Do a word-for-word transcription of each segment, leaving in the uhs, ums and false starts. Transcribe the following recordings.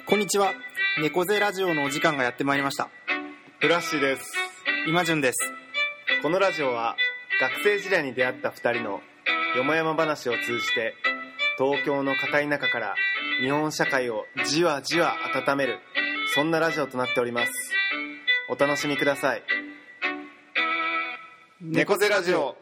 こんにちは。猫背ラジオのお時間がやってまいりました。 フラッシュです。 今順です。 このラジオは学生時代に出会ったふたりのよもやま話を通じて、東京の片田舎から日本社会をじわじわ温める、そんなラジオとなっております。お楽しみください。猫背ラジオ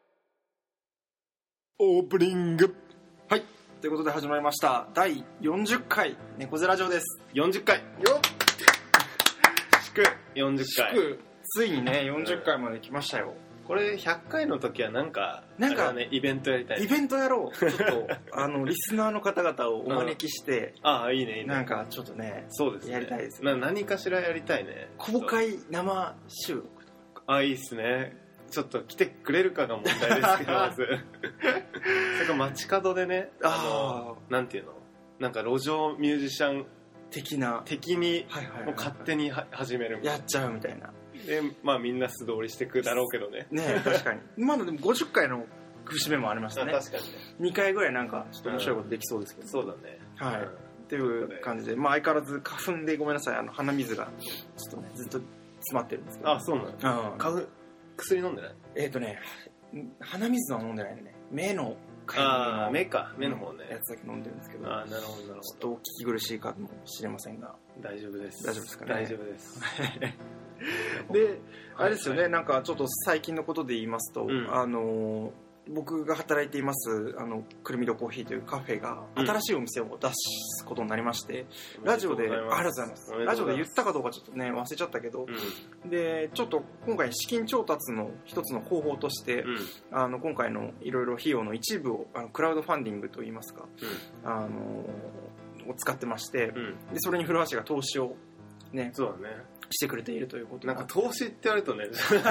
オープニング。はい、ということで始まりましただいよんじゅっかい猫背ラジオです。 よんじゅっかいよっ祝よんじゅっかい、 祝ついにねよんじゅっかいまで来ましたよ。 これひゃっかいの時はなんかなんか、 ね、イベントやりたい。 イベントやろう。ちょっとあのリスナーの方々をお招きして、 うん、ああいいねいいね。 なんかちょっとね、 そうですね、 やりたいですね。な何かしらやりたいね。 公開生収録とか。 あいいっすね。ちょっと来てくれるかが問題ですけどまずそれから街角でね、あのなんていうの、なんか路上ミュージシャン的な的にもう勝手には始めるみたいな、 やっちゃうみたいなで、まあみんな素通りしてくだろうけどね。 ね確かにまだでもごじゅっかいの節目もありましたね。 確かにね。 にかいぐらいなんかちょっと面白いことできそうですけど、 うん、そうだね。 はい、うん、っていう感じで、まあ相変わらず花粉でごめんなさい、あの鼻水がちょっとねずっと詰まってるんですけど。 あ、そうなの。うん、花粉薬飲んでない？ えっ、ー、とね鼻水は飲んでないね。目のああ目か、目の方ね、 やつだけ飲んでるんですけど。 ああなるほどなるほど。 ちょっとお聞き苦しいかもしれませんが大丈夫です。 大丈夫ですかね。 大丈夫ですであれですよね、なんかちょっと最近のことで言いますと、うん、あの僕が働いていますあのくるみどコーヒーというカフェが新しいお店を出すことになりまして、うん、ラジオでありがとうございます。ラジオで言ったかどうかちょっとね忘れちゃったけど、うん、でちょっと今回資金調達の一つの方法として、うん、あの今回のいろいろ費用の一部をあのクラウドファンディングといいますか、うん、あのを使ってまして、うん、でそれに古橋が投資をね、 そうだね、 してくれているということ。 なんか投資って言われるとね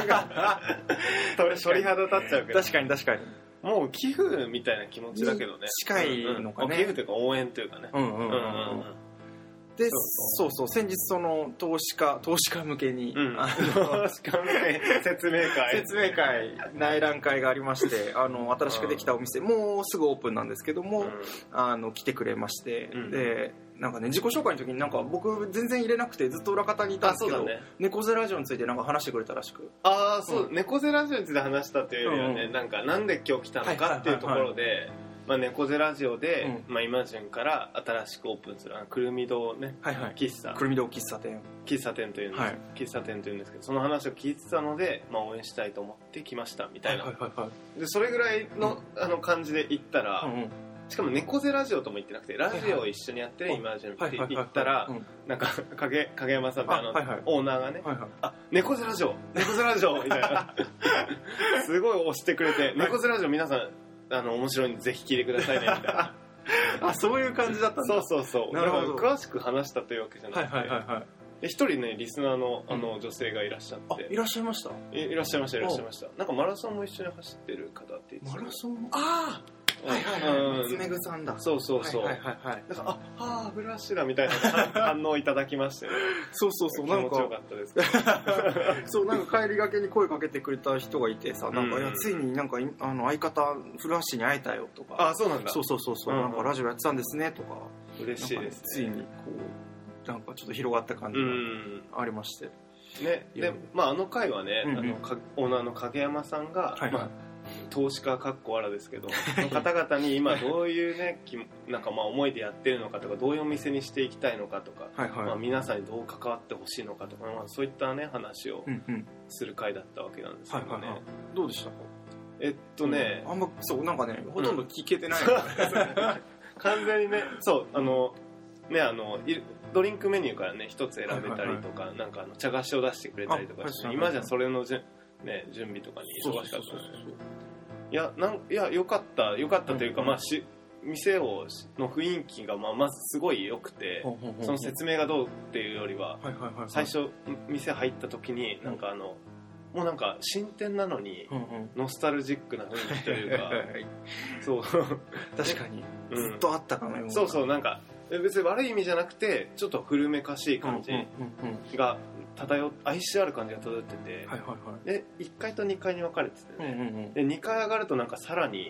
鳥肌立っちゃうけど、 確かに確かにもう寄付みたいな気持ちだけどね、 近いのかね、 うん、寄付というか応援というかね、うんうんうんうん、 でそうそう先日その投資家投資家向けに、うん、あの投資家向け説明会説明会内覧会がありましてあの新しくできたお店、うん、もうすぐオープンなんですけども、うん、あの来てくれまして、うん、でなんかね自己紹介の時になんか僕全然入れなくてずっと裏方にいたんですけど、ね、猫背ラジオについてなんか話してくれたらしく、 ああそう、うん、猫背ラジオについて話したっていうよりはね、うん、なんかなんで今日来たのかっていうところで、はいはいはいはい、まあ、猫背ラジオで、うん、まあ、今順から新しくオープンするくるみ堂ね、はいはい、喫茶くるみ堂喫茶店喫茶店というんです、はい、喫茶店というんですけど、その話を聞いてたので、まあ、応援したいと思って来ましたみたいな、はいはいはいはい、でそれぐらいの、うん、あの感じで行ったら、うんうん、しかも猫背ラジオとも言ってなくてラジオを一緒にやってる今順って言ったら、なんか影, 影山さんってあの、はいはい、オーナーがね、はいはい、あ猫背ラジオ猫背ラジオみたいなすごい押してくれて、猫背ラジオ皆さんあの面白いんでぜひ聞いてくださいねみたいなあ、そういう感じだったんだ。 そうそうそう、なるほど。詳しく話したというわけじゃなくて、はいはいはいはい、で一人ねリスナー の, あの女性がいらっしゃって、 うん、いらっしゃいましたい, いらっしゃいましたいらっしゃいました。なんかマラソンも一緒に走ってる方って言ってた。 マラソン、ああはいはいはい、めぐさんだ。 そうそうそう、はいはいはい、だからああフラッシュだみたいな反応いただきましてねそうそうそう、なんか気持ちよかったですそう、なんか帰りがけに声かけてくれた人がいてさ、なんか、うん、いやついになんかあの相方フラッシュに会えたよとか、 あそうなんだ、 そうそうそうそう、うんうん、なんかラジオやってたんですねとか、 嬉しいですね、 ついにこうなんかちょっと広がった感じがありまして、 うん、ね、でまああの回はね、うんうん、あのオーナーの影山さんが、はいはい、まあ投資家かっこあらですけどの方々に今どういうねなんかまあ思いでやってるのかとか、どういうお店にしていきたいのかとか、はいはい、まあ、皆さんにどう関わってほしいのかとか、まあ、そういったね話をする回だったわけなんですけどね、はいはいはい、 どうでしたか？ えっとね、 うん、あんまそうなんかねほとんど聞けてない、うん、 完全にね、そうあのねあのドリンクメニューからね一つ選べたりとか、はいはいはい、なんかあの茶菓子を出してくれたりとかして、今じゃそれのじゅね、準備とかに忙しかったので、いやなんいや良かった良かったというか、うんうん、まあし店をの雰囲気がまあまずすごい良くて、うんうんうん、その説明がどうっていうよりは、はいはいはいはい、最初店入った時になんかあの、もうなんか新店なのにノスタルジックな雰囲気というか、そう確かにずっとあったかのような、 うん、そうそう、なんか別に悪い意味じゃなくてちょっと古めかしい感じが漂愛しある感じが漂ってて、はいはいはい、でいっかいとにかいに分かれててね、うんうんうん、でにかい上がるとなんかさらに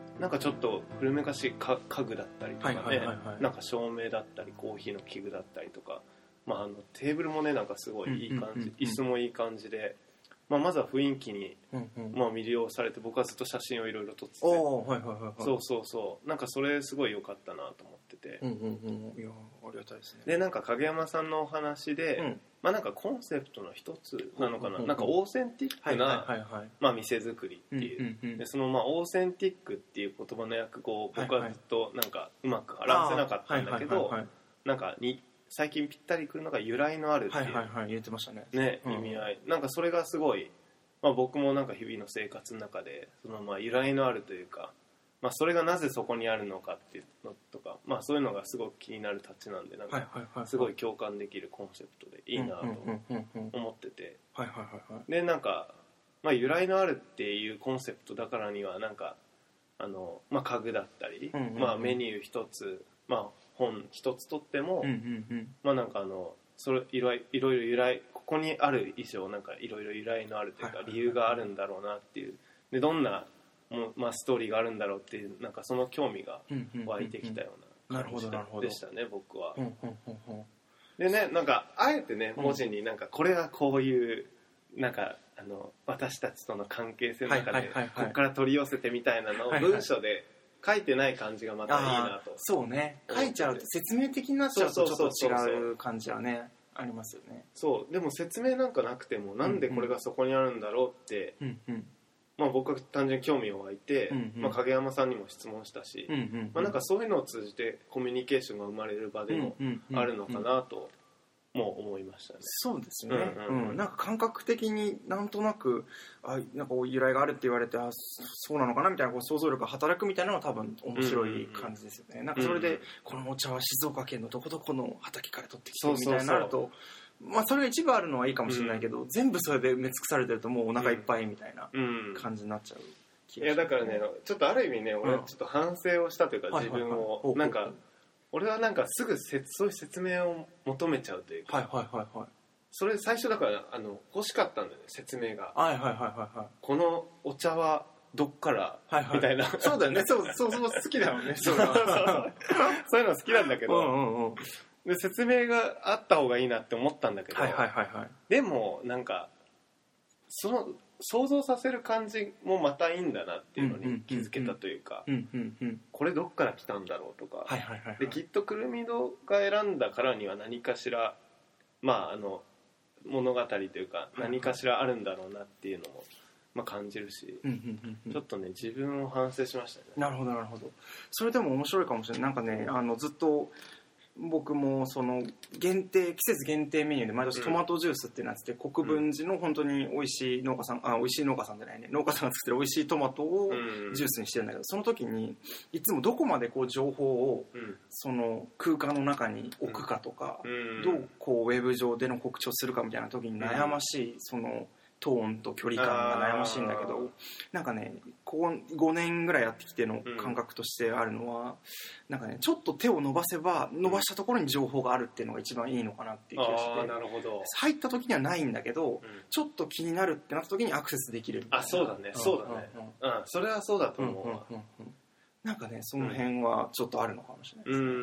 なんかちょっと古めかしい家具だったりとかね、 はいはいはいはい、 なんか照明だったりコーヒーの器具だったりとか、まあ、あのテーブルもねなんかすごいいい感じ、うんうんうんうん、椅子もいい感じで、まあ、まずは雰囲気に、うんうん、まあ、魅了されて僕はずっと写真をいろいろ撮ってて、はいはいはいはい、そうそうそうなんかそれすごい良かったなと思ってて、うんうんうん、いやありがたいですね。でなんか影山さんのお話で、うん、まあ、なんかコンセプトの一つなのかな、うんうんうん、なんかオーセンティックな、はいはいはい、まあ、店作りっていう、うんうんうん、でそのまあオーセンティックっていう言葉の訳語を僕はずっとなんかうまく表せなかったんだけど、はいはいはいはい、なんかに最近ぴったりくるのが由来のあるっていう、はいはいはい、言ってましたね、ね、うん、意味合いなんかそれがすごい、まあ、僕もなんか日々の生活の中でそのまあ由来のあるというか、まあ、それがなぜそこにあるのかっていうのとか、まあ、そういうのがすごく気になるタッチなんでなんかすごい共感できるコンセプトでいいなと思ってて、でなんか、まあ、由来のあるっていうコンセプトだからにはなんかあの、まあ、家具だったり、うんうんうん、まあ、メニュー一つ、まあ、本一つとっても、うんうんうん、まあなんかあのそれいろいろ由来ここにある以上なんかいろいろ由来のあるというか理由があるんだろうなっていうでどんなも、まあ、ストーリーがあるんだろうっていうなんかその興味が湧いてきたような感じでしたね僕は。でねなんかあえてね文字になんかこれはこういうなんかあの私たちとの関係性の中でここから取り寄せてみたいなのを文章で書いてない感じがまたいいなと。 そうね書いちゃうと説明的になっちゃうとちょっと違う感じはねありますよね。 そうでも説明なんかなくてもなんでこれがそこにあるんだろうって、うんうん、まあ、僕は単純に興味を湧いて、うんうん、まあ、影山さんにも質問したし、うんうんうん、まあ、なんかそういうのを通じてコミュニケーションが生まれる場でもあるのかなとも思いましたね。 そうですよね、うんうんうん、なんか感覚的になんとなくあなんか由来があるって言われてあそうなのかなみたいなこう想像力が働くみたいなのは多分面白い感じですよね、うんうんうん、なんかそれで、うんうん、このお茶は静岡県のどこどこの畑から取ってきてるみたいになるとそうそうそう、まあ、それが一部あるのはいいかもしれないけど、うん、全部それで埋め尽くされてるともうお腹いっぱいみたいな感じになっちゃう気がします、ね、いやだからねちょっとある意味ね俺はちょっと反省をしたというか、うん、自分をなんか俺はなんかすぐせそういう説明を求めちゃうというか、はいはいはいはい、それ最初だからあの欲しかったんだよね説明が、はいはいはいはいはい、このお茶はどっから、はいはい、みたいなそうだよねそうそうそう好きだもんねそうそうそうそういうの好きなんだけど、うんうんうん、で説明があった方がいいなって思ったんだけど、はいはいはいはい、でもなんかその想像させる感じもまたいいんだなっていうのに気づけたというか、これどっから来たんだろうとか、はいはいはいはい、できっとくるみどが選んだからには何かしらまああの物語というか何かしらあるんだろうなっていうのも、まあ、感じるし、ちょっとね自分を反省しましたね。 なるほどなるほど。それでも面白いかもしれない。なんかねあのずっと僕もその限定季節限定メニューで毎年トマトジュースっていうのやつで、うん、国分寺の本当に美味しい農家さんあ美味しい農家さんじゃないね農家さんが作ってる美味しいトマトをジュースにしてるんだけど、その時にいつもどこまでこう情報をその空間の中に置くかとか、どうこうウェブ上での告知をするかみたいな時に悩ましいそのトーンと距離感が悩ましいんだけど、なんかねここごねんぐらいやってきての感覚としてあるのは、うん、なんかねちょっと手を伸ばせば伸ばしたところに情報があるっていうのが一番いいのかなっていう気がして、 あ、なるほど、 入った時にはないんだけど、うん、ちょっと気になるってなった時にアクセスできるみたいな。 あ、そうだね、そうだね、うんうんうん、それはそうだと思うわ、うんうんうんうん、 なんかねその辺はちょっとあるのかもしれないですね、うんうんうん、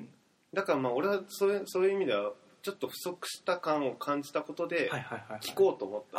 だからまあ俺はそれそういう意味ではちょっと不足した感を感じたことで聞こうと思った。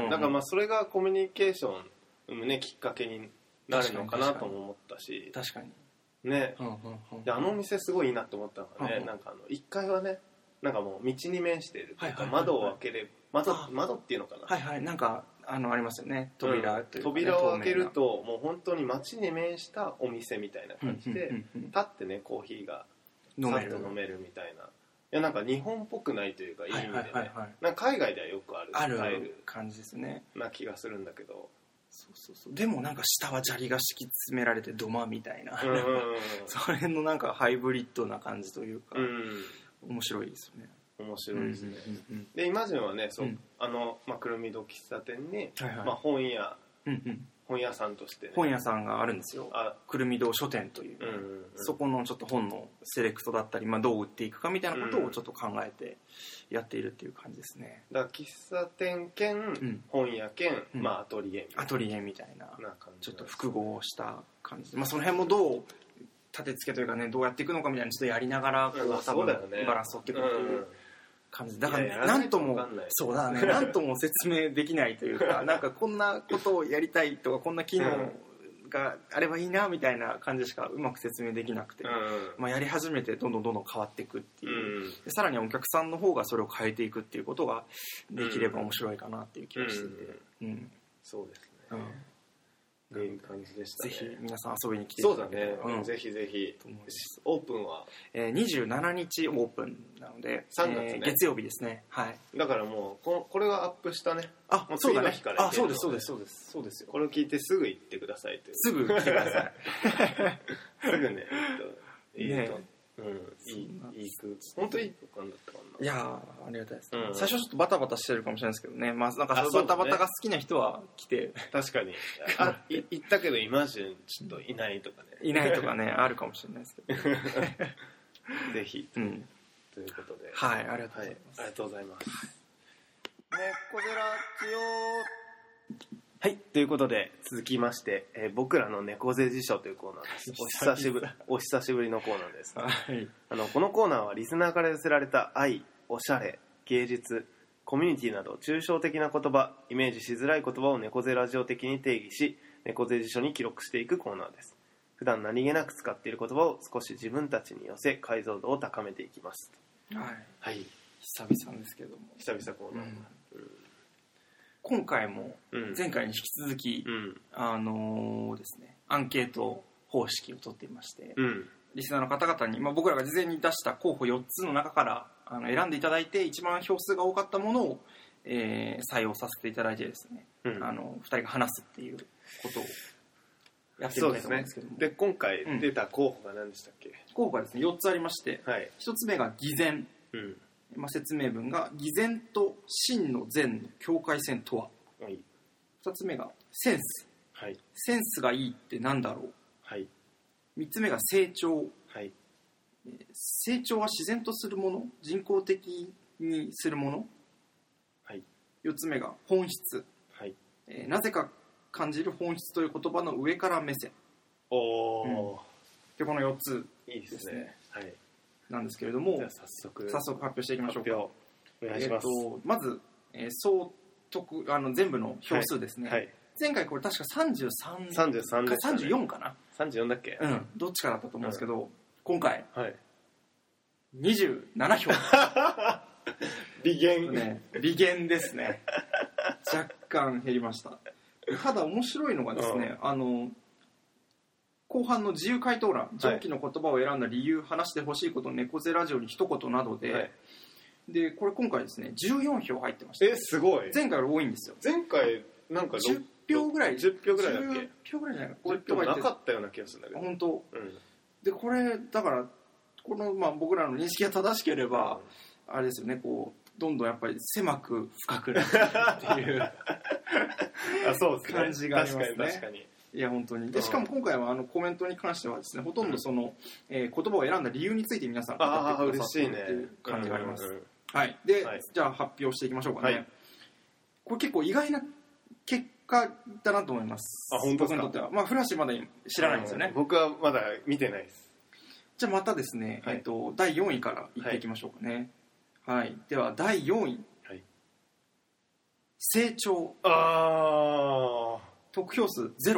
だからまあそれがコミュニケーション生むねきっかけになるのかなとも思ったし、 確かにね、うんうんうん、であのお店すごいいいなと思ったのがね、うんうん、なんかあのいっかいはねなんかもう道に面しているというか、窓を開ければ窓窓っていうのかな、 はいはい、なんかあのありますよね扉というか、ね、 扉を開けるともう本当に街に面したお店みたいな感じで、うんうんうんうん、立ってねコーヒーがさっと飲めるみたいな。いやなんか日本っぽくないというかいい意味でね、はいはいはいはい、なんか海外ではよくあるある感じですねな気がするんだけど、 そうそうそう、でもなんか下は砂利が敷き詰められて土間みたいな、うんうんうん、それのなんかハイブリッドな感じというか、うん、面白いですよね。 面白いですね、うんうんうん、でイマジンはねそう、うん、あの、まあ、くるみど喫茶店に、はいはい、まあ、本屋本屋さんとして、ね、 本屋さんがあるんですよ。くるみ堂書店という、ね、うんうんうん、そこのちょっと本のセレクトだったり、まあ、どう売っていくかみたいなことをちょっと考えてやっているっていう感じですね。 だから喫茶店兼、うん、本屋兼、うん、まあ、アトリエアトリエみたいなちょっと複合した感じで、まあ、その辺もどう立て付けというかね、どうやっていくのかみたいなちょっとやりながらこう、うん、多分バランスを取っていくっていう感じだから、ね、なんともそうだね、なんとも説明できないというかなんかこんなことをやりたいとかこんな機能があればいいなみたいな感じしかうまく説明できなくて、うんまあ、やり始めてどんどんどんどん変わっていくっていう、うん、でさらにお客さんの方がそれを変えていくっていうことができれば面白いかなっていう気がしてて、うんうん、 そうですね、うんっていう感じでしたね。 ぜひ皆さん遊びに来ていただければ。そうだね、うん、ぜひぜひ。オープンは、 えー、にじゅうしちにちオープンなのでさんがつね、 えー、月曜日ですね。はい。 だからもうここれがアップしたね。 あ、 もうそうだね。 あ、 そうですそうですそうですそうですよ。 これを聞いてすぐ行ってくださいという。 すぐ来てください。 すぐね。えっと、えっと、うん、いいいい空本当にいい空間だったかな。 いやーありがたいです、ねうん、最初ちょっとバタバタしてるかもしれないですけどね、まあなんかそのバタバタが好きな人は来て、 確かにあい行ったけどイマージュンちょっといないとかねいないとかねあるかもしれないですけどぜひ、 うん、 ということではいありがとうございます、はい、 ありがとうございます猫ゼラチオはい、ということで続きまして、えー、僕らの猫背辞書というコーナーです。お久しぶり、お久しぶりのコーナーです、 はい、 あのこのコーナーはリスナーから寄せられた愛、おしゃれ、芸術、コミュニティなど抽象的な言葉、イメージしづらい言葉を猫背ラジオ的に定義し、猫背辞書に記録していくコーナーです。普段何気なく使っている言葉を少し自分たちに寄せ解像度を高めていきます。 はい、 はい、 久々ですけども久々コーナー、うんうん今回も前回に引き続き、うん、あのー、ですね、アンケート方式を取っていまして、うん、リスナーの方々に、まあ、僕らが事前に出した候補よっつの中からあの選んでいただいて一番票数が多かったものを、えー、採用させていただいてですね、うん、あのふたりが話すっていうことをやってみたいと思うんですけども、 で、ね、今回出た候補が何でしたっけ、うん、 候補がですねよっつありまして、 はい、 ひとつめが偽善、うんまあ、説明文が偽善と真の善の境界線とは、はい、ふたつめがセンス、はい、センスがいいってなんだろう、はい、みっつめが成長、はい、成長は自然とするもの人工的にするもの、はい、よっつめが本質、はいえー、なぜか感じる本質という言葉の上から目線お、うん、 でこのよっついいですね、はい、 なんですけれどもじゃあ早速早速発表していきましょうか。 お願いします。 えー、とまず、えー、総得あの全部の票数ですね、はいはい、前回これ確かさんじゅうさんさんじゅうさんかさんじゅうよんかなさんじゅうよんだっけ、 うん、どっちかだったと思うんですけど、うん、今回、 はい、 にじゅうななひょう微減、 ね、微減ですね若干減りました。ただ面白いのがですね、うん、あの後半の自由回答欄上記の言葉を選んだ理由、はい、話してほしいこと猫背ラジオに一言などで、はい、でこれ今回ですねじゅうよんひょう入ってました。 えすごい。 前回より多いんですよ。 前回なんかじゅっぴょうぐらいじゅっぴょうぐらいだっけ。 じゅっぴょうぐらいじゃないか。 じゅっぴょうなかったような気がするんだけど本当、 うん、 でこれだからこの、まあ、僕らの認識が正しければ、うん、あれですよねこうどんどんやっぱり狭く深くなってっていうあそうですね感じがありますね。 確かに確かに。 いや本当に。でしかも今回はあのコメントに関してはですねほとんどその、うんえー、言葉を選んだ理由について皆さん語ってくださっているっていう感じがあります。はいで、はい、じゃあ発表していきましょうかね、はい、これ結構意外な結果だなと思います。 あ本当ですか。 僕にとってはまあフラッシュまだ知らないんですよね。 僕はまだ見てないです。 じゃあまたですね、はいえー、とだいよんいからいっていきましょうかね。はい、はい、ではだいよんい、はい、成長。 あ得票数ゼロ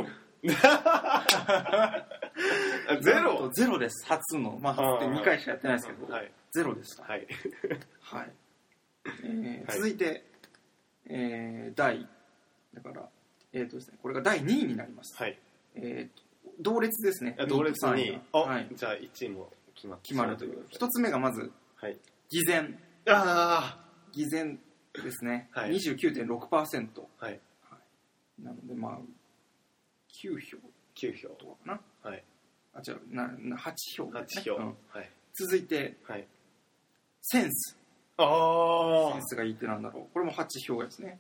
ゼロゼロです。初のまあ初ってにかいしかやってないですけど、はい、ゼロでした。 はい、 はいえー、続いて、えー、第だからえーとですねこれがだいにいになります。 はいえー同列ですね。 同列に、はい、じゃあいちいも決まって決まるという。一つ目がまず、はい、偽善。 ああ偽善ですね。 はい、 にじゅうきゅうてんろくパーセント。 はいはい。なのでまあきゅうひょうきゅうひょうとかかな。はい。あ違うななはちひょう、ね。 はちひょう、うんはい。 続いて、はい、センス。 ああセンスがいいってなんだろう。これもはちひょうですね。 はい。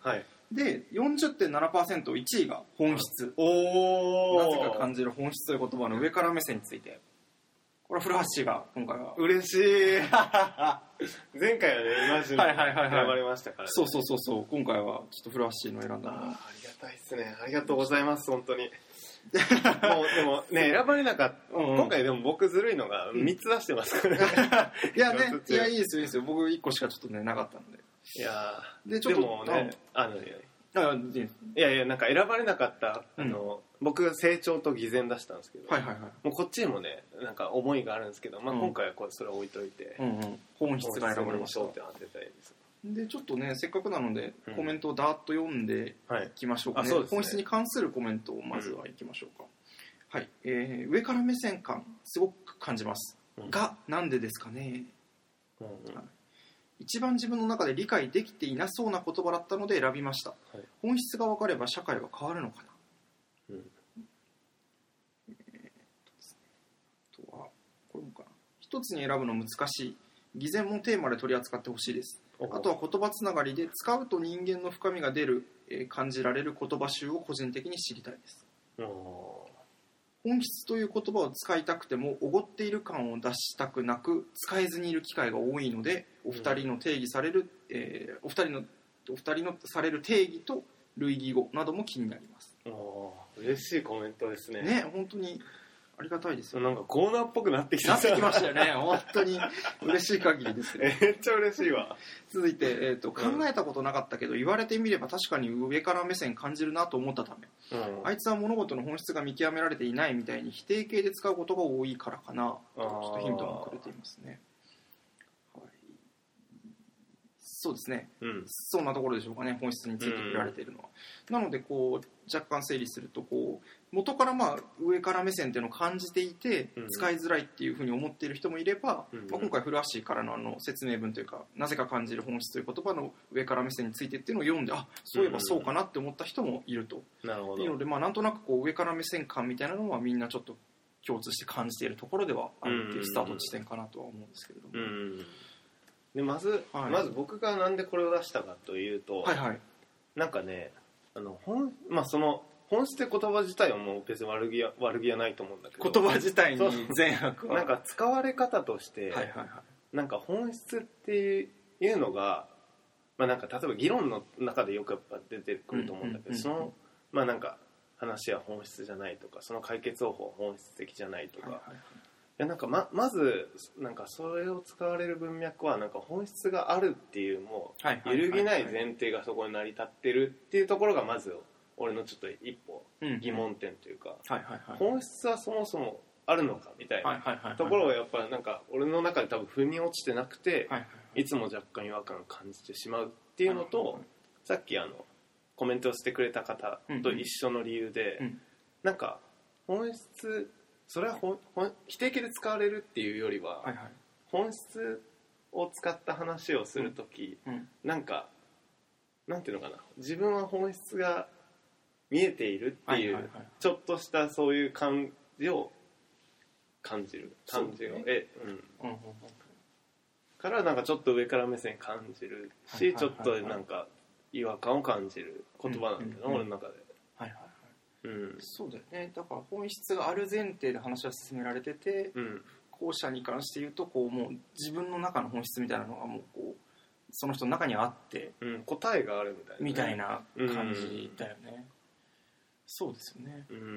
で よんじゅってんななパーセントいちいが本質、 おなぜか感じる本質という言葉の上から目線について、これは古橋が今回は嬉しい前回はねイマジンはいはいはいはい選ばれましたからね。 そうそうそうそう、今回はちょっと古橋の選んだのあありがたいですね、ありがとうございます本当にもうでもね選ばれなかった、うんうん、今回でも僕ずるいのがみっつ出してますからねいやね、いやいいですよいいですよ、僕いっこしかちょっとねなかったので、 いやでちょっとでもね、あのあいやいやなんか選ばれなかった、うん、あの僕成長と偽善出したんですけど、 はいはいはい、 もうこっちにもねなんか思いがあるんですけど、まあ、今回はこれそれを置いといて、 うんうん、本質が選ばれましたって当てたいです。 でちょっとねせっかくなのでコメントをダーッと読んでいきましょうかね、 はい、 本質に関するコメントをまずはいきましょうか、うん、はい、えー、上から目線感すごく感じます、うん、がなんでですかね、うんうん、はい、一番自分の中で理解できていなそうな言葉だったので選びました、はい、本質が分かれば社会は変わるのかな、うん、えー、っとですね、あとはこれもかな、一つに選ぶの難しい、偽善もテーマで取り扱ってほしいです。あとは言葉つながりで使うと人間の深みが出る、えー、感じられる言葉集を個人的に知りたいです。本質という言葉を使いたくてもおごっている感を出したくなく使えずにいる機会が多いので、お二人の定義される、えー、お二人のお二人のされる定義と類義語なども気になります。 嬉しいコメントですね。 ね、本当にありがたいですよ。 なんかコーナーっぽくなってきた。 なってきましたよね。本当に嬉しい限りですよ。 めっちゃ嬉しいわ。 続いて、えーと、考えたことなかったけど、言われてみれば確かに上から目線感じるなと思ったため、うん、あいつは物事の本質が見極められていないみたいに否定形で使うことが多いからかなと、ちょっとヒントもくれていますね。はい、そうですね、うん、そんなところでしょうかね、本質について触れられているのは。うん、なのでこう若干整理すると、こう元からまあ上から目線っていうのを感じていて使いづらいっていうふうに思っている人もいれば、うん、まあ、今回古橋からのあの説明文というか、なぜか感じる本質という言葉の上から目線についてっていうのを読んで、あ、そういえばそうかなって思った人もいると。 なるほど。 っていうので、まあ、なんとなくこう上から目線感みたいなのはみんなちょっと共通して感じているところではあるっていうスタート地点かなとは思うんですけれども、うんうん、 でまず、はい、まず僕がなんでこれを出したかというと、 はいはい、 なんかね、あの本、まあ、その本質って言葉自体はもう別に悪気は悪気はないと思うんだけど、 言葉自体に善悪はなんか使われ方として、 はいはいはい、 なんか本質っていうのが、まあ、なんか例えば議論の中でよくやっぱ出てくると思うんだけど、そのまあなんか話は本質じゃないとか、その解決方法は本質的じゃないとか、はいはいはい、いやなんか ま, まずなんかそれを使われる文脈はなんか本質があるっていう、もう揺るぎない前提がそこに成り立ってるっていうところがまず俺のちょっと一歩疑問点というか、本質はそもそもあるのかみたいなところがやっぱりなんか俺の中で多分腑に落ちてなくて、いつも若干違和感を感じてしまうっていうのと、さっきあのコメントをしてくれた方と一緒の理由で、なんか本質、それはほほ否定形で使われるっていうよりは、本質を使った話をするとき、なんかなんていうのかな、自分は本質が見えているっていう、はいはいはい、ちょっとしたそういう感じを感じる感じを、ね、え、うんうんうんうん、からなんかちょっと上から目線感じるし、はいはいはいはい、ちょっとなんか違和感を感じる言葉なんだけど、うんうんうん、俺の中で、はいはいはい、うん、 そうだよね。だから本質がある前提で話は進められてて、うん、後者に関して言うとこうもう自分の中の本質みたいなのがもうこうその人の中にはあって、 うん、答えがあるみたいな、ね、 みたいな感じだよね、うん、そうですよね。うんうん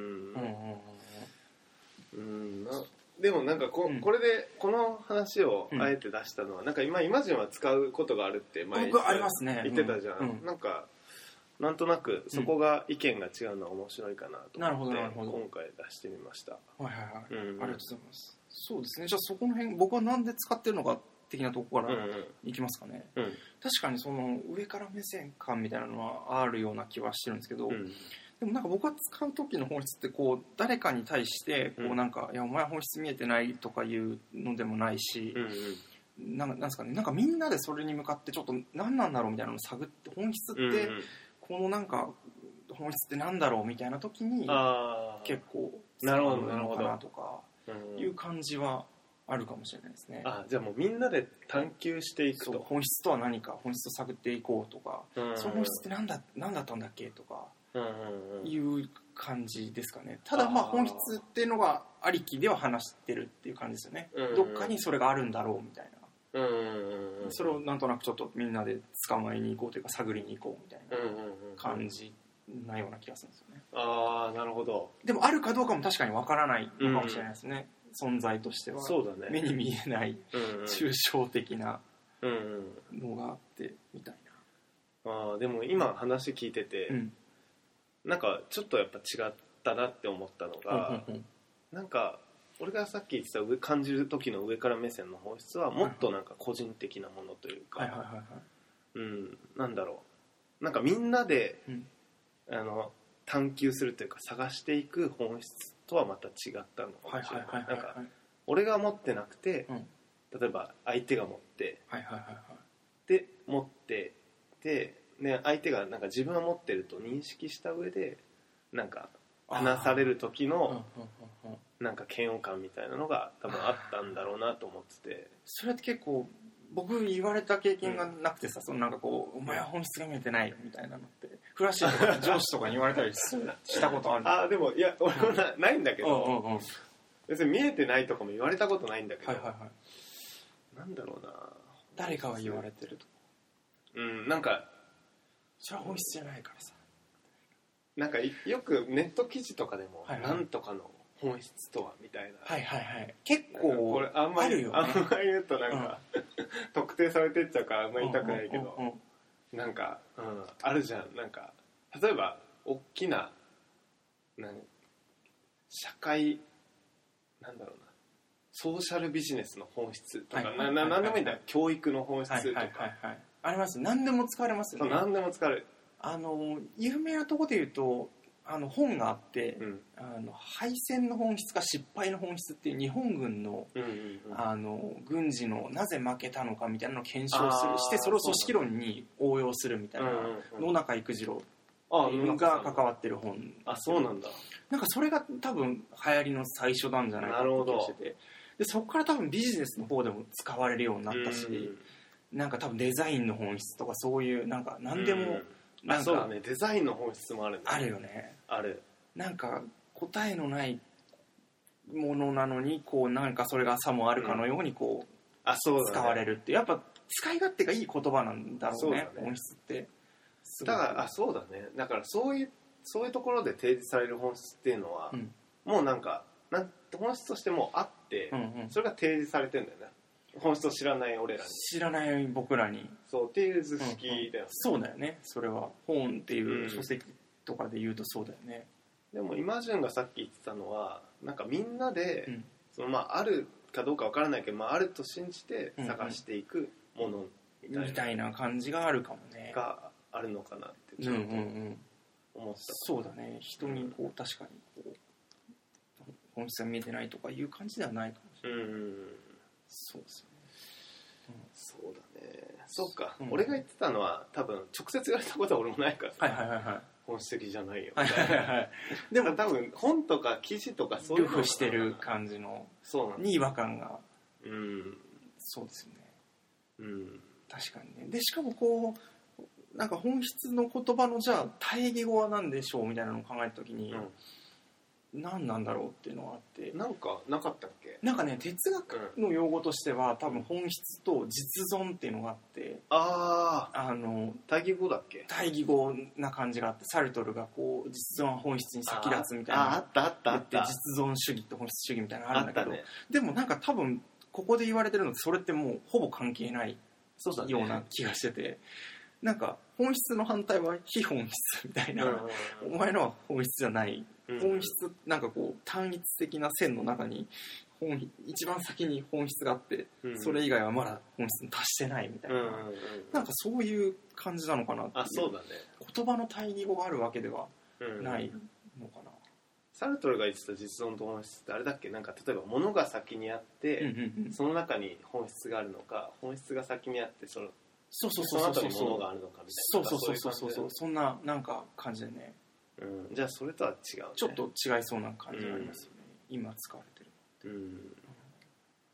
うん、なでもなんか こ,、うん、これでこの話をあえて出したのは、うん、なんか今イマジンは使うことがあるって前僕ありますね言ってたじゃん、うん、なんかなんとなくそこが意見が違うのは面白いかなと思って、うん、今回出してみました。はいはいはい、 うん、ありがとうございます。そうですね。じゃあそこの辺僕はなんで使ってるのか的なところからいきますかね、うんうん、確かにその上から目線感みたいなのはあるような気はしてるんですけど、うん、でもなんか僕は使う時の本質ってこう誰かに対してこうなんか、うん、いやお前本質見えてないとかいうのでもないし、うんうん、なんかなんですかね、なんかみんなでそれに向かってちょっと何なんだろうみたいなのを探って、本質ってこのなんか本質ってなんだろうみたいな時に結構使うのかなとかいう感じはあるかもしれないですね。 あ、じゃあもうみんなで探求していくと。 そう、本質とは何か、本質を探っていこうとか、うんうん、その本質って何だ、何だったんだっけとか、うんうんうん、いう感じですかね。ただまあ本質っていうのがありきでは話してるっていう感じですよね、うんうん、どっかにそれがあるんだろうみたいな、うんうんうん、それをなんとなくちょっとみんなで捕まえに行こうというか探りに行こうみたいな感じなような気がするんですよね。 ああ、なるほど。 でもあるかどうかも確かにわからないのかもしれないですね、うん、存在としては。 そうだね、 目に見えない抽象的なのがあってみたいな。ああ、でも今話聞いてて、うん、なんかちょっとやっぱ違ったなって思ったのが、うんうんうん、なんか俺がさっき言ってた上感じる時の上から目線の本質はもっとなんか個人的なものというか、はいはいはいはい、うん、なんだろう、なんかみんなで、うん、あの探求するというか探していく本質とはまた違ったのかもしれない。なんか俺が持ってなくて、うん、例えば相手が持って、はいはいはいはい、で持ってでね、相手がなんか自分は持ってると認識した上でなんか話される時のなんか嫌悪感みたいなのが多分あったんだろうなと思ってて、 それって結構僕言われた経験がなくてさ、うん、そのなんかこうお前は本質が見えてないよみたいなのってフラッシュとか上司とかに言われたりしたことあるあでもいや俺も な, ないんだけど、うんうんうん、別に見えてないとかも言われたことないんだけど、はいはいはい、なんだろうな、 誰かが言われてるとか、 うんなんかそれは本質じゃないからさ、 なんかよくネット記事とかでも、はいはい、なんとかの本質とはみたいな、 はいはいはい、結構これあんまりあるよ、ね、あんまり言うとなんか、うん、特定されてっちゃうからあんまり言いたくないけど、うんうんうん、なんか、うん、あるじゃん、なんか例えば大きななん社会なんだろうなソーシャルビジネスの本質とか、はいはいはいはい、な何でもいいんだよ、教育の本質とか、はいはいはいはい、 あります。何でも使われますよね。 何でも使われる。 あの有名なところで言うとあの本があって、うん、あの敗戦の本質か失敗の本質っていう日本軍の、うんうんうん、あの軍事のなぜ負けたのかみたいなのを検証するしてそれを組織論に応用するみたいな、うんうん、野中育次郎が関わってる本。 あ、そうなんだ。 なんかそれが多分流行りの最初なんじゃないかって気がしてて、でそこから多分ビジネスの方でも使われるようになったし、うんうん、なんか多分デザインの本質とかそういうなんか何でも、うんなんかそうだね、デザインの本質もあるね。 あるよね。 ある。 なんか答えのないものなのにこうなんかそれがさもあるかのようにこう、うん、あそうだね、使われるってやっぱ使い勝手がいい言葉なんだろうね、そうだね、本質って。 だからあそうだね。だからそういうそういうところで提示される本質っていうのは、うん、もうなんかなん本質としてもあって、うんうん、それが提示されてるんだよね。本質を知らない俺らに、 知らない僕らに、 そうっていう図式だよね、うんうん、 そうだよね。それは本っていう書籍とかで言うとそうだよね、 うん、でもイマジュンがさっき言ってたのはなんかみんなで、うん、そのまああるかどうかわからないけど、まあ、あると信じて探していくものみたいな、 みたいな感じがあるかもね、 があるのかなってちょっと思った、うんうんうん、 そうだね。人にこう確かにこう本質が見えてないとかいう感じではないかもしれない、うんうん、そうですよね、 うん、そうだね。そうか、うん、俺が言ってたのは多分直接言われたことは俺もないからさ、はいはいはいはい、本質的じゃないよみたいな、はいはいはい、でも多分本とか記事とかそういうのルフしてる感じのに違和感が、 うん、 そうですよね、 うん、 確かにね。でしかもこうなんか本質の言葉のじゃあ対義語は何でしょうみたいなのを考えた時に、うん、何なんだろうっていうのがあって、 なんかなかったっけ。 なんかね哲学の用語としては、うん、多分本質と実存っていうのがあって、 ああの対義語だっけ。 対義語な感じがあって、サルトルがこう実存は本質に先立つみたいな、 ああったあったあった実存主義と本質主義みたいなのがあるんだけど、ね、でもなんか多分ここで言われてるのってそれってもうほぼ関係ないような気がしてて、なんか本質の反対は非本質みたいな、うんうんうん、お前のは本質じゃない、うんうん、本質なんかこう単一的な線の中に本一番先に本質があって、うんうん、それ以外はまだ本質に達してないみたいな、うんうんうん、なんかそういう感じなのかなっていう。 あ、そうだね。 言葉の対義語があるわけではないのかな、うんうん、 サルトルが言ってた実存と本質ってあれだっけ。なんか例えば物が先にあって、うんうんうん、その中に本質があるのか、本質が先にあってそのそうそうそうそうそう、 その後に物があるのかみたいな、 そうそうそうそうそうそう、そんななんか感じでね、 うん、じゃあそれとは違う、ね、 ちょっと違いそうな感じがありますよね、うん、今使われてる、 うん、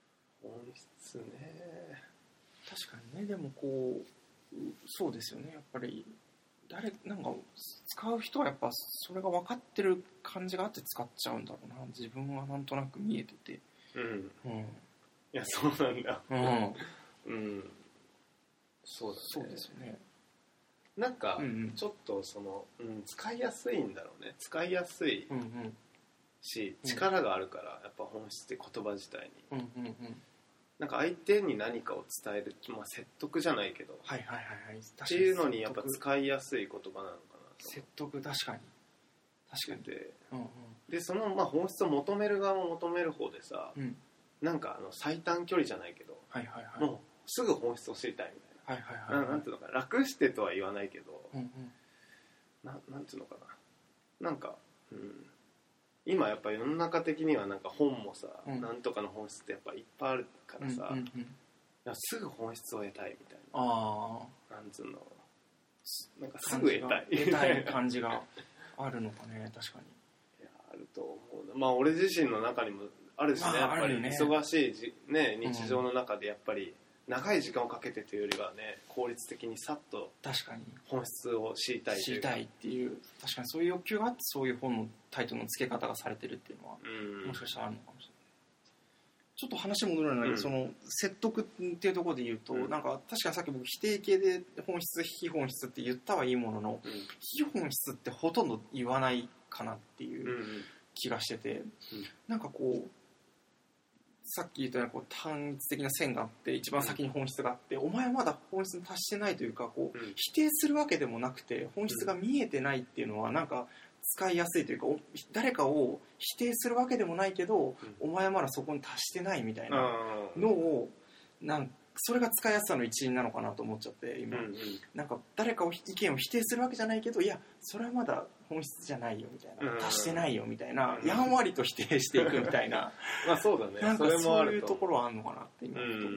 本質ね。 確かにね。でもこうそうですよね。やっぱり誰なんか使う人はやっぱそれが分かってる感じがあって使っちゃうんだろうな。自分はなんとなく見えてて、 うん、 うん、 いやそうなんだ。 うん、 うん、そうだね。 そうですよね。 なんかうんうん、 ちょっとその、うん、使いやすいんだろうね。使いやすいし、 うんうん、 力があるからやっぱ本質って言葉自体に、 うんうんうん、 なんか相手に何かを伝える、まあ、説得じゃないけど、 はいはいはいはい、 っていうのにやっぱ使いやすい言葉なのかなと。 説得、確かに確かに。 で、 うんうん、 でそのまあ本質を求める側も求める方でさ、 うん、 なんかあの最短距離じゃないけど、 はいはいはい、 もうすぐ本質を知りたいみたいな。 はいはいはい、 な, なんていうのかな、楽してとは言わないけど、 うんうん、 な, なんていうのかな、なんか、うん、今やっぱり世の中的にはなんか本もさ、うん、なんとかの本質ってやっぱいっぱいあるからさ、うんうんうん、すぐ本質を得たいみたいな、あ、なんつうの、なんかすぐ得たい得たい感じがあるのかね。確かに。 いや、あると思う。まあ俺自身の中にもあるしね、まあ、やっぱり忙しいじ、ね、日常の中でやっぱり長い時間をかけてというよりはね、効率的にさっと本質を知りたいという、 知りたいっていう、確かにそういう欲求があってそういう本のタイトルの付け方がされてるっていうのは、うん、もしかしたらあるのかもしれない。ちょっと話戻るんだけど、うん、その説得っていうところで言うと、うん、なんか確かにさっき僕否定形で本質非本質って言ったはいいものの、うん、非本質ってほとんど言わないかなっていう気がしてて、うんうん、なんかこうさっき言ったようなこう単一的な線があって一番先に本質があって、うん、お前はまだ本質に達してないというかこう、うん、否定するわけでもなくて本質が見えてないっていうのはなんか使いやすいというか、誰かを否定するわけでもないけど、うん、お前はまだそこに達してないみたいなのをなんそれが使いやすさの一因なのかなと思っちゃって今、うんうん、なんか誰かを意見を否定するわけじゃないけど、いやそれはまだ本質じゃないよみたいな、うん、達してないよみたいな、うん、やんわりと否定していくみたいなまあそうだね、 なんかそういうところはあるのかなって今、うんうん、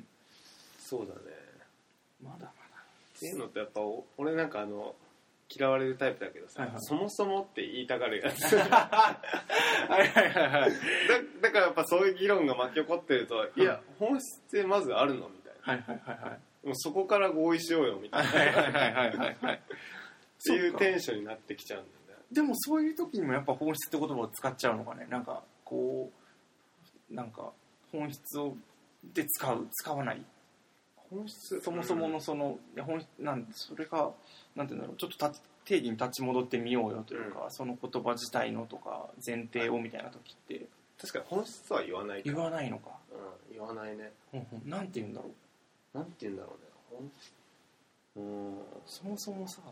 そうだね、 まだまだっていうのってやっぱ俺なんかあの嫌われるタイプだけどさ、はいはい、そもそもって言いたがるやつはいはいはい、はい、だ, だからやっぱそういう議論が巻き起こってると、いや本質ってまずあるのみたいな、はいはいはいはい、もうそこから合意しようよみたいなはいはいはいはいはいはいっていうテンションになってきちゃうんだよね。 でもそういう時にもやっぱ本質って言葉を使っちゃうのかね。なんかこうなんか本質をで使う使わない本質そもそものその、うん、本なんそれがなんていうんだろう、ちょっと定義に立ち戻ってみようよというか、うん、その言葉自体のとか前提をみたいな時って確かに本質は言わないから言わないのか、 うん、言わないね、 うんうん、なんて言うんだろうなんて言うんだろうね、本質うーんそもそもさ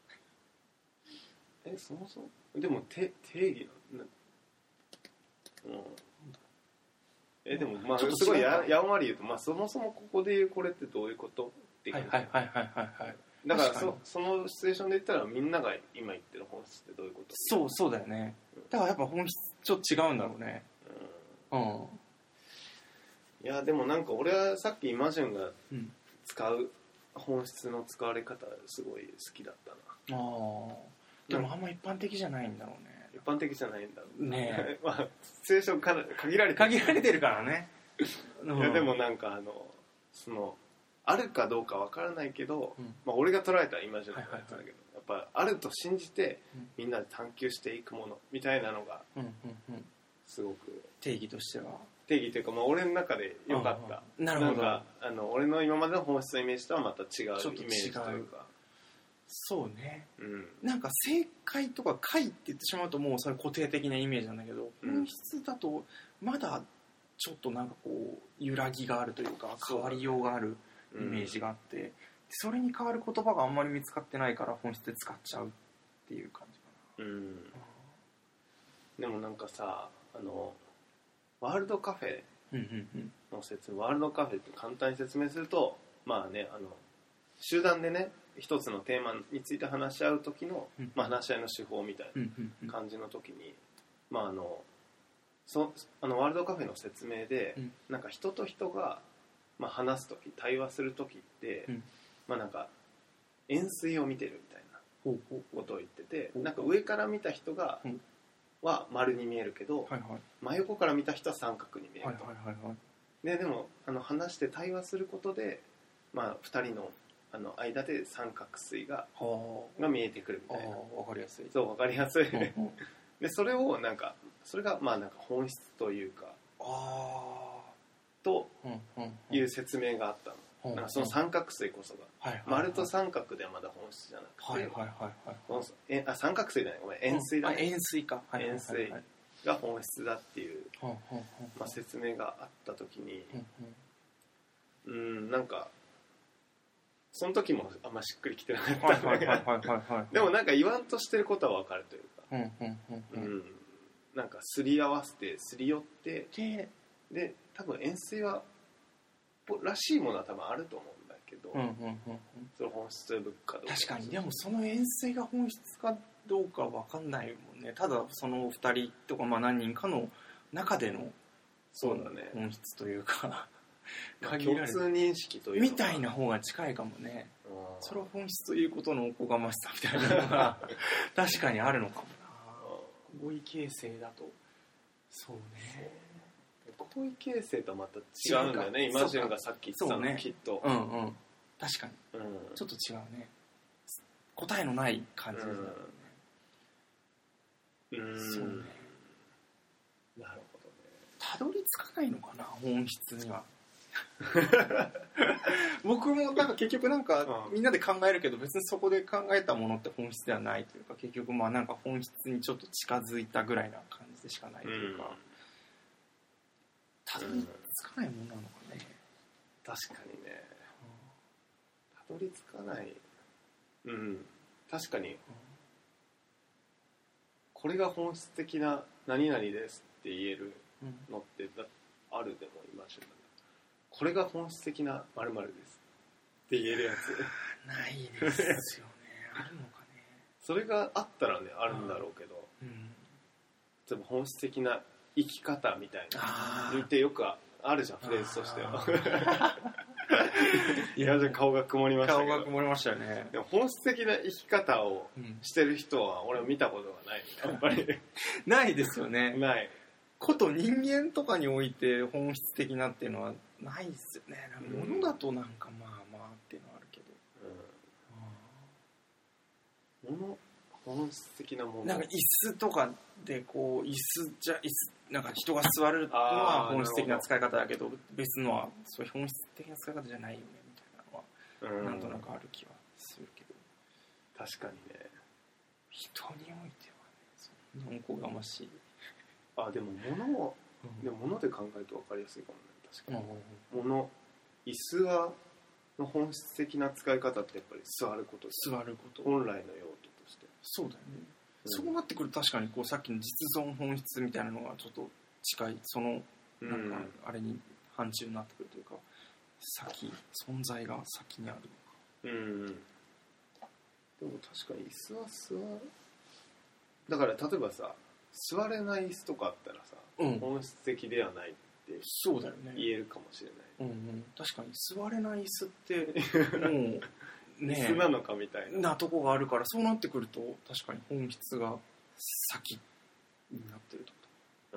えそもそもでも定義なの、うん、えでもまあちょっとすごい や, やんわり言うと、まあ、そもそもここで言うこれってどういうことっていう、 はいはいはいはいはいはいだから そ, そのシチュエーションで言ったらみんなが今言ってる本質ってどういうこと？ そうそうだよね、うん、だからやっぱ本質ちょっと違うんだろうね、うん、うん、 いやでもなんか俺はさっきイマジュンが使う本質の使われ方すごい好きだったな、 うん、ああでもあんま一般的じゃないんだろうね。 一般的じゃないんだろうねまあシチュエーションか限られてる限られてるからねいやでもなんかあのそのあるかどうかわからないけど、うんまあ、俺が捉えたイマジンのやつだけど、はいはいはい、やっぱあると信じて、うん、みんなで探求していくものみたいなのが、うんうんうん、すごく定義としては定義というか、まあ、俺の中で良かった、 うん、なるほど。 なんかあの俺の今までの本質のイメージとはまた違うイメージというかそうね、 うん、 なんか正解とか解って言ってしまうともうそれ固定的なイメージなんだけど、うん、本質だとまだちょっとなんかこう揺らぎがあるというか変わりようがあるイメージがあって、うん、それに変わる言葉があんまり見つかってないから本質で使っちゃうっていう感じかな、うん、 でもなんかさあのワールドカフェの説明、ワールドカフェって簡単に説明するとまあねあの集団でね一つのテーマについて話し合う時の、うんまあ、話し合いの手法みたいな感じの時に、まああのそあのワールドカフェの説明で、うん、なんか人と人が、まあ、話す時対話する時って、うん、まあなんか円錐を見てるみたいなことを言ってて、なんか上から見た人が、うん、は丸に見えるけど、はいはい、真横から見た人は三角に見えると、はいはいはいはい、 ででもあの話して対話することで、まあ、ふたりのあの間で三角錐がが見えてくるみたいな。 分かりやすい。 そう分かりやすいでそれをなんかそれがまあなんか本質というかあという説明があったの。なんかその三角錐こそが丸と三角ではまだ本質じゃなくて、えあ三角錐じゃないごめん円錐だね。 円錐か。 円錐が本質だっていうまあ説明があった時に、うんなんかその時もあんましっくりきてなかったんだけど、でもなんか言わんとしてることは分かるというか、うん、なんかすり合わせてすり寄ってで多分円錐はらしいものは多分あると思うんだけど、その本質というかどうか。 確かにでもその円錐が本質かどうか分かんないもんね。ただそのふたりとかまあ何人かの中でのそうだね本質というか共通認識というかみたいな方が近いかもね。それは本質ということのおこがましさみたいなのが確かにあるのかもな。合意形成だとそうね。 合意形成とはまた違うんだよね。イマジンがさっき言ってたの、ね、きっとうんうん確かに、うん、ちょっと違うね。答えのない感じだよね。 うん、 そうね。 なるほどね。 たどり着かないのかな本質には僕もなんか結局なんかみんなで考えるけど別にそこで考えたものって本質ではないというか、結局まあなんか本質にちょっと近づいたぐらいな感じでしかないというか、たどり着かないものなのかね。 確かにね、たどり着かない。うん確かにこれが本質的な何々ですって言えるのってだある。でも今じゃこれが本質的な〇〇ですって言えるやつないですよね。あるのかね。 それがあったらねあるんだろうけど、うん、でも本質的な生き方みたいな言ってよくあるじゃんフレーズとしてはいやじゃ顔が曇りましたけど。 顔が曇りましたよね。 でも本質的な生き方をしてる人は俺は見たことがないやっぱりないですよね。 ないこと人間とかにおいて本質的なっていうのはないですよね。なんか物だとなんかまあまあっていうのはあるけど、うん、物本質的なものなんか椅子とかでこう椅子じゃ椅子なんか人が座るのは本質的な使い方だけど別のはそういう本質的な使い方じゃないよねみたいなのはなんとなくある気はするけど、 確かにね人においてはねそんなおこがましい。 あでも物を、うん、でも物で考えると分かりやすいかもね。確かに、うん、物椅子はの本質的な使い方ってやっぱり座ること座ること本来の用途としてそうだよね、うん、そうなってくると確かにこうさっきの実存本質みたいなのがちょっと近いそのなんかあれに範疇になってくるというか先存在が先にあるのか。 うんでも確かに椅子は座るだから例えばさ座れない椅子とかあったらさ、うん、本質的ではないってそうだよね言えるかもしれない、 うんうん、確かに座れない椅子ってもうね椅子なのかみたいななとこがあるからそうなってくると確かに本質が先になってると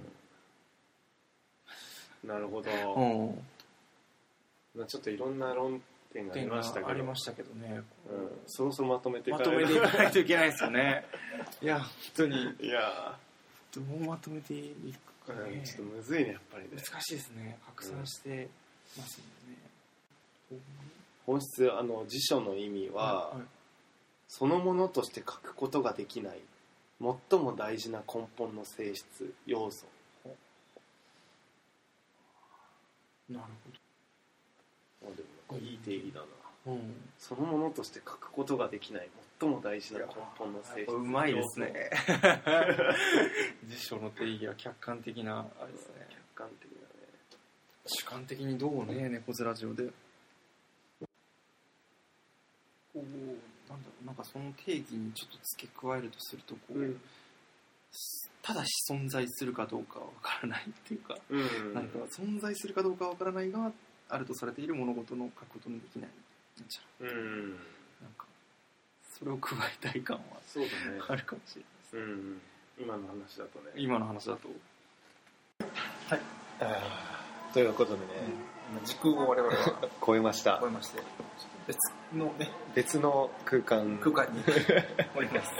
うんなるほど、 うんまあ、ちょっといろんな論点がありましたけどありましたけどね、 うん、そろそろまとめていかないとまとめていかないといけないですよねいや本当にいやどうまとめていくかね、 うん、ちょっとむずいねやっぱりね難しいですね拡散してますもんね、 うん、本質あの辞書の意味は、はいはい、そのものとして書くことができない最も大事な根本の性質要素。 なるほど。 あでもいい定義だな、 うん、 そのものとして書くことができない最も大事な根本の性質。 うまいですね辞書の定義は客観的なあれですね。 客観的だね。 主観的にどうね猫背ラジオでこうなんだろうなんかその定義にちょっと付け加えるとするとこう、うん、ただし存在するかどうかは分からないっていうか、うんうん、なんか存在するかどうかは分からないがあるとされている物事の書くことのできないんじゃない、うん、なんかそれを加えたい感はそうだ、ね、 あるかもしれないですね、うん、 今の話だとね今の話だとはいということでね、 うん、時空を我々は超えました超えまして別のね別の空間空間におります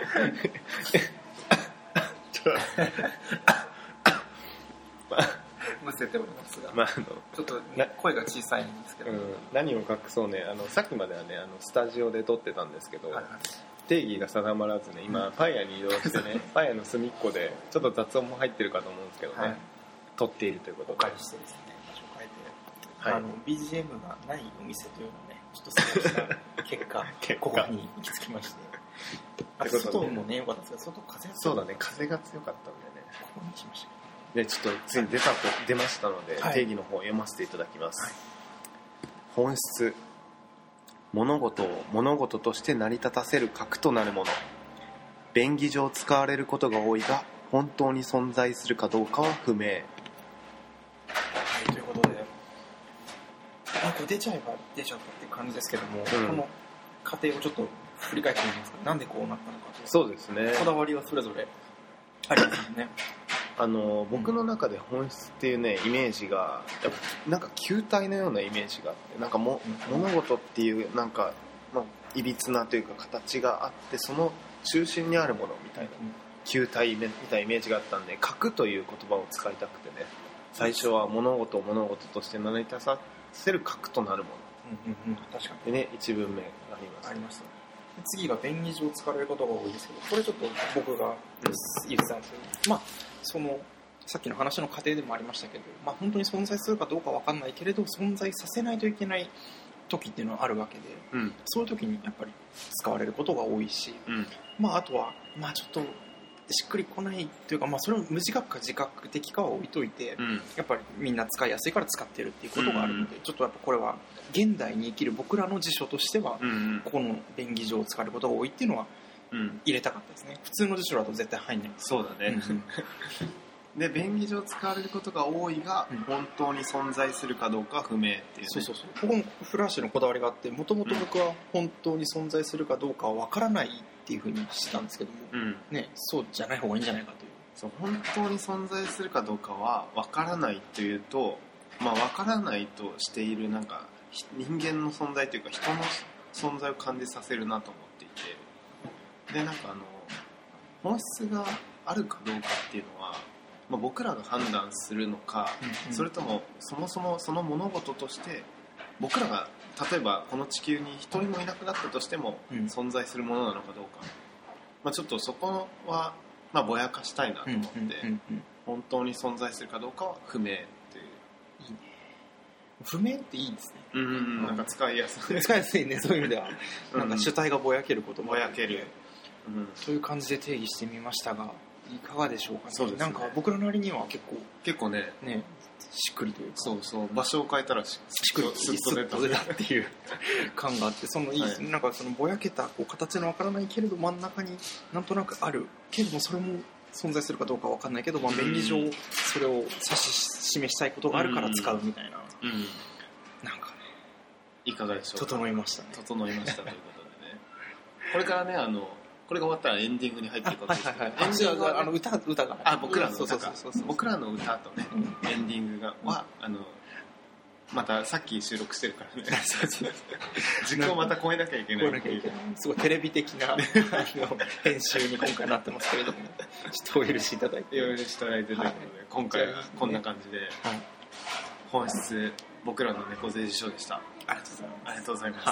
むせておりますが、 まあ、あのちょっと、ね、声が小さいんですけど、うん、 何を隠そうね、あのさっきまではねあのスタジオで撮ってたんですけど、はいはい、定義が定まらずね今、うん、パン屋に移動してねパン屋の隅っこでちょっと雑音も入ってるかと思うんですけどね、はい、撮っているということでお借りしてですね場所を変えて、はい、あの ビージーエム がないお店というのをねちょっと探した結果ここに行き着きましてあと外もね良かったですけど外風がそうだね風が強かったんでねここにしましたでちょっとついに出たと出ましたので、はい、定義の方を読ませていただきます、はい、本質物事を物事として成り立たせる核となるもの便宜上使われることが多いが本当に存在するかどうかは不明、はい、 ということでなんか出ちゃえば出ちゃったっていう感じですけども、うん、この過程をちょっと振り返ってみますかなんでこうなったのかというそうですねこだわりはそれぞれありますよねあの僕の中で本質っていうねイメージがやっぱなんか球体のようなイメージがあってなんかも、うん、物事っていうなんか、まあ、いびつなというか形があってその中心にあるものみたいな、うん、球体みたいなイメージがあったんで核という言葉を使いたくてね最初は物事を物事として成り立たせる核となるもの、 うんうんうん、確かにでね一文目あります、 ありましたね次が便宜上使われることが多いですけどこれちょっと僕が言ってたんですけど、まあそのさっきの話の過程でもありましたけど、まあ、本当に存在するかどうか分かんないけれど存在させないといけない時っていうのはあるわけで、うん、そういう時にやっぱり使われることが多いし、うん、まああとはまあちょっとしっくりこないというか、まあ、それを無自覚か自覚的かは置いといて、うん、やっぱりみんな使いやすいから使ってるっていうことがあるので、うん、ちょっとやっぱこれは現代に生きる僕らの辞書としては、うん、この便宜上使われることが多いっていうのは入れたかったですね。普通の辞書だと絶対入んない。 そうだね、うんで便宜上使われることが多いが、うん、本当に存在するかどうかは不明っていう、ね、 そうそうそうここもフラッシュのこだわりがあってもともと僕は本当に存在するかどうかは分からないっていうふうにしたんですけども、うんね、そうじゃない方がいいんじゃないかというそう本当に存在するかどうかは分からないというと、まあ、分からないとしているなんか人間の存在というか人の存在を感じさせるなと思っていてでなんかあの本質があるかどうかっていうのはまあ、僕らが判断するのか、うんうん、それともそもそもその物事として僕らが例えばこの地球に一人もいなくなったとしても存在するものなのかどうか、まあ、ちょっとそこはまあぼやかしたいなと思って、うんうんうんうん、本当に存在するかどうかは不明っていういいね不明っていいですねうんうん、なんか使いやすい使いやすいねそういう意味ではなんか主体がぼやけることもぼやける、 うん、そういう感じで定義してみましたがいかがでしょうかね。 そうですね。 なんか僕らなりには結構結構ねねしっくりというかそうそう場所を変えたらしっくりスッと出たっていう感があってそのいいですね、はい、なんかそのぼやけたこう形のわからないけれど真ん中になんとなくあるけれどもそれも存在するかどうかわかんないけど、まあ、便宜上それを指し示したいことがあるから使うみたいな、うんうん、なんかねいかがでしょうか。 整いましたね。 整いましたということでねこれからねあのこれが終わったらエンディングに入っていくわけですけど、はいはいはい、エンディングは、ね、あの歌歌があ僕らの歌か僕らの歌とね、うん、エンディングがはあのまたさっき収録してるからね時間をまた超えなきゃいけないっていうすごいテレビ的な編集に今回なってますけれどもちょっとお許しいただいてお許しいただいてということで、はい、今回はこんな感じで、はい、本質僕らの猫背辞書でした。 ありがとうございます。 ありがとうございます、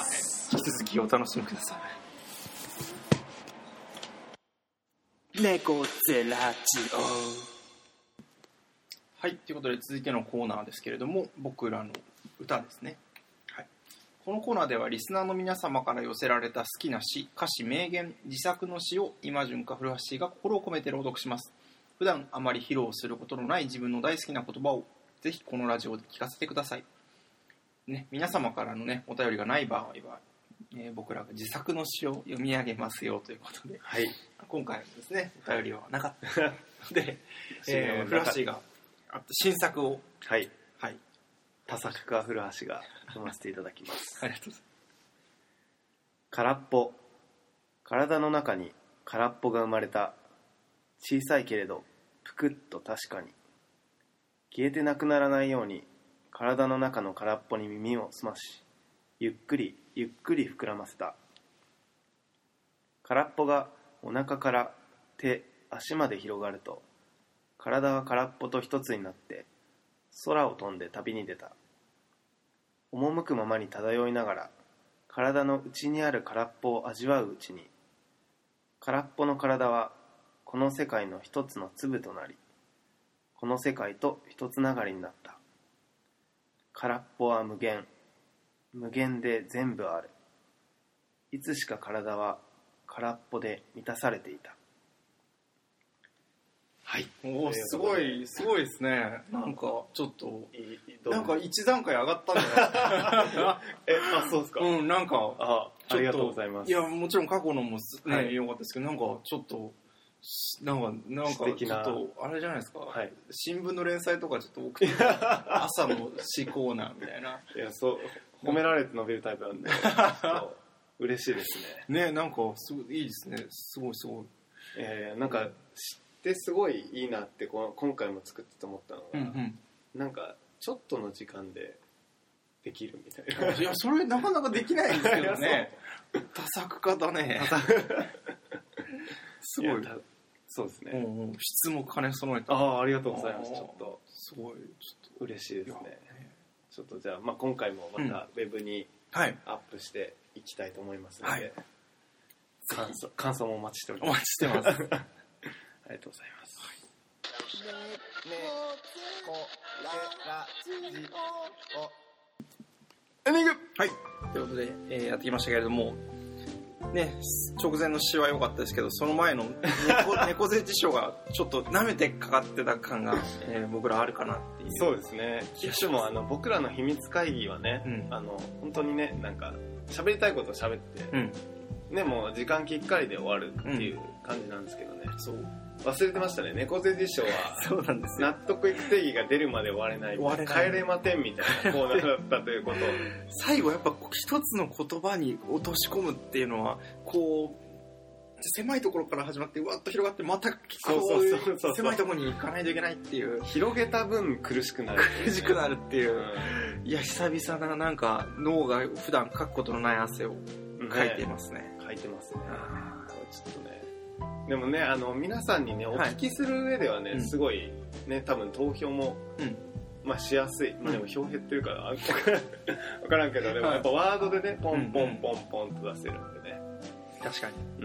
はい、引き続きお楽しみください。猫背ラジオはいということで続いてのコーナーですけれども僕らの歌ですね、はい、このコーナーではリスナーの皆様から寄せられた好きな詩歌詞名言自作の詩を今順か古橋が心を込めて朗読します。普段あまり披露することのない自分の大好きな言葉をぜひこのラジオで聞かせてください、ね、皆様からの、ね、お便りがない場合はえー、僕らが自作の詩を読み上げますよということで、はい、今回ですねお便りはなかったので、えー、古橋が新作をはい、はい、多作家古橋が読ませていただきますありがとうございます。 空っぽ体の中に空っぽが生まれた小さいけれどぷくっと確かに消えてなくならないように体の中の空っぽに耳を澄まし、ゆっくりゆっくり膨らませた。空っぽがお腹から手足まで広がると、体は空っぽと一つになって空を飛んで旅に出た。赴くままに漂いながら体の内にある空っぽを味わううちに、空っぽの体はこの世界の一つの粒となり、この世界と一つながりになった。空っぽは無限、無限で全部ある。いつしか体は空っぽで満たされていた。はい。 おー、すごいすごいですね。なんかちょっといいなんか一段階上がったんじゃないえ、あ、そうですか。 うん、なんかあ、ありがとうございます。 いや、もちろん過去のもね、 はい、 良かったですけど、なんかちょっとなんかなんかちょっとあれじゃないですか、 はい、 新聞の連載とかちょっと多くて朝の思考なみたいな。 いや、そう褒められて伸びるタイプなんで嬉しいですね。 ね、なんかすごいいいですね。すごいすごい。 えー、なんか知ってすごいいいなってこの今回も作ってて思ったのが、うんうん、なんかちょっとの時間でできるみたいな。 いや、それなかなかできないんですけどね。多作家だね。すごい。いそうですね、 うんうん、質も兼ね備えて。 ああ、ありがとうございます。ちょっとすごいちょっと嬉しいですね。ちょっとじゃあ、まあ、今回もまたウェブにアップしていきたいと思いますので、はい、感想感想もお待ちしております。 お待ちしてます。 ありがとうございます。 エンディング。はい。ということで、えー、やってきましたけれども、ね、直前の詩は良かったですけど、その前の猫猫背辞書がちょっと舐めてかかってた感が、えー、僕らあるかなっていう。 そうですね。でもあの僕らの秘密会議はね、うん、あの本当にね、なんか喋りたいことを喋って、うん、ね、もう時間きっかりで終わるっていう感じなんですけどね。うん、そう。忘れてましたね。猫背辞書はそうなんですよ。 納得いく定義が出るまで終われない。終われない。帰れまてんみたいなコーナーだったということを最後やっぱ一つの言葉に落とし込むっていうのはこう狭いところから始まってうわっと広がってまたこう狭いところに行かないといけないっていう、 広げた分苦しくなる苦しくなるっていう、うん、いや久々ななんか脳が普段かくことのない汗をかいていますね。 ね、かいてますね。ちょっとね。でもね、あの皆さんにねお聞きする上ではね、はい、すごいね、多分投票も、うん、まあしやすい。まあでも票減ってるから分からんけど、でもやっぱワードでね、ポンポンポンポンと出せるんでね。 確かに。うん。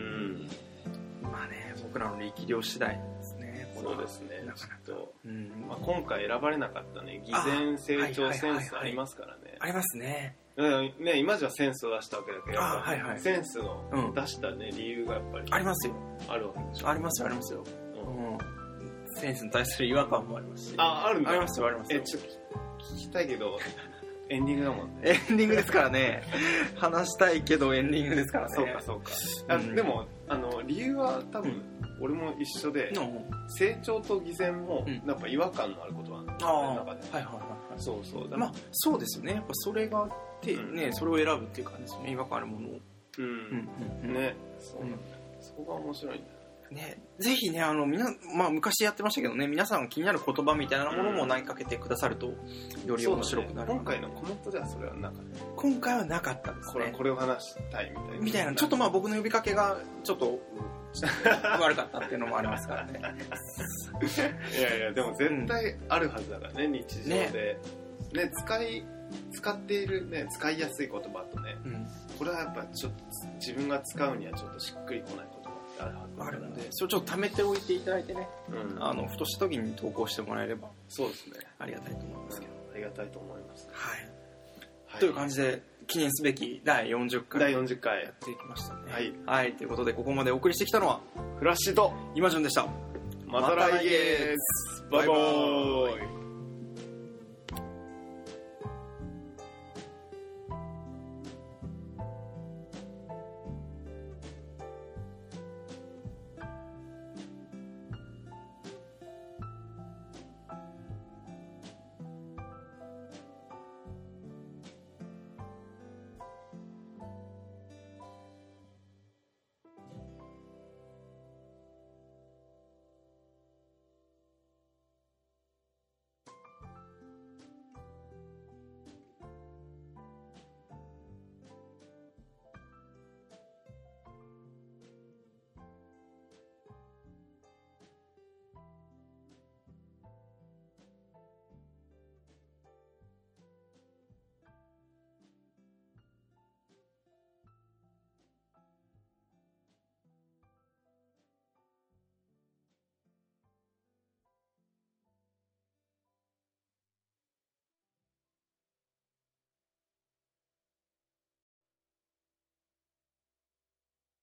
まあね、僕らの力量次第ですね。 そうですね。なかなかと、うん、まあ今回選ばれなかったね、偽善成長センスありますからね。 ありますね。 ね、今じゃセンスを出したわけだけど、はいはい、センスの出したね、うん、理由がやっぱりありますよ。 あるわけでしょ。 ありますよ、ありますよ。うんうん、センスに対する違和感もありますし。 あ、あるんだ。 ありますよ、ありますよ。 え、ちょっと聞きたいけど、エンディングだもんね。 エンディングですからね。話したいけどエンディングですからね。 そうか、そうか。あ、うん、でも、あの、理由は多分、うん、俺も一緒で、うん、成長と偽善も、やっぱ違和感のあることなんだ、ね、うん、の中で。はいはいはい。そうそう。 まあ、そうですよね。やっぱそれが、でね、うん、それを選ぶっていう感じですよね。違和感あるものを。 うん。うんうん、ね。そうなんだよ。そこが面白いんだよ。 ね、ぜひね、あの、みな、まあ、昔やってましたけどね、皆さん気になる言葉みたいなものも投げかけてくださると、より面白くなる、 ね。今回のコメントではそれはなかった。 今回はなかったですね。 これ、これを話したいみたいな。 みたいな。ちょっとまあ僕の呼びかけが、ちょっと、悪かったっていうのもありますからね。 いやいや、でも絶対あるはずだからね、日常で。ね、ね、使い、使っているね、使いやすい言葉とね、うん、これはやっぱちょっと自分が使うにはちょっとしっくりこない言葉ってあるはずだあるので、それをちょっと貯めておいていただいてね、うん、あのふとした時に投稿してもらえれば、 そうですね、 ありがたいと思いますけど、 うん、ありがたいと思います、ね、 はい、はい、という感じで記念すべきだいよんじゅっかいだいよんじゅっかいやっていきましたね。 はい、 はい、ということでここまでお送りしてきたのはフラッシュとイマジョンでした。 また来月、バイバーイ。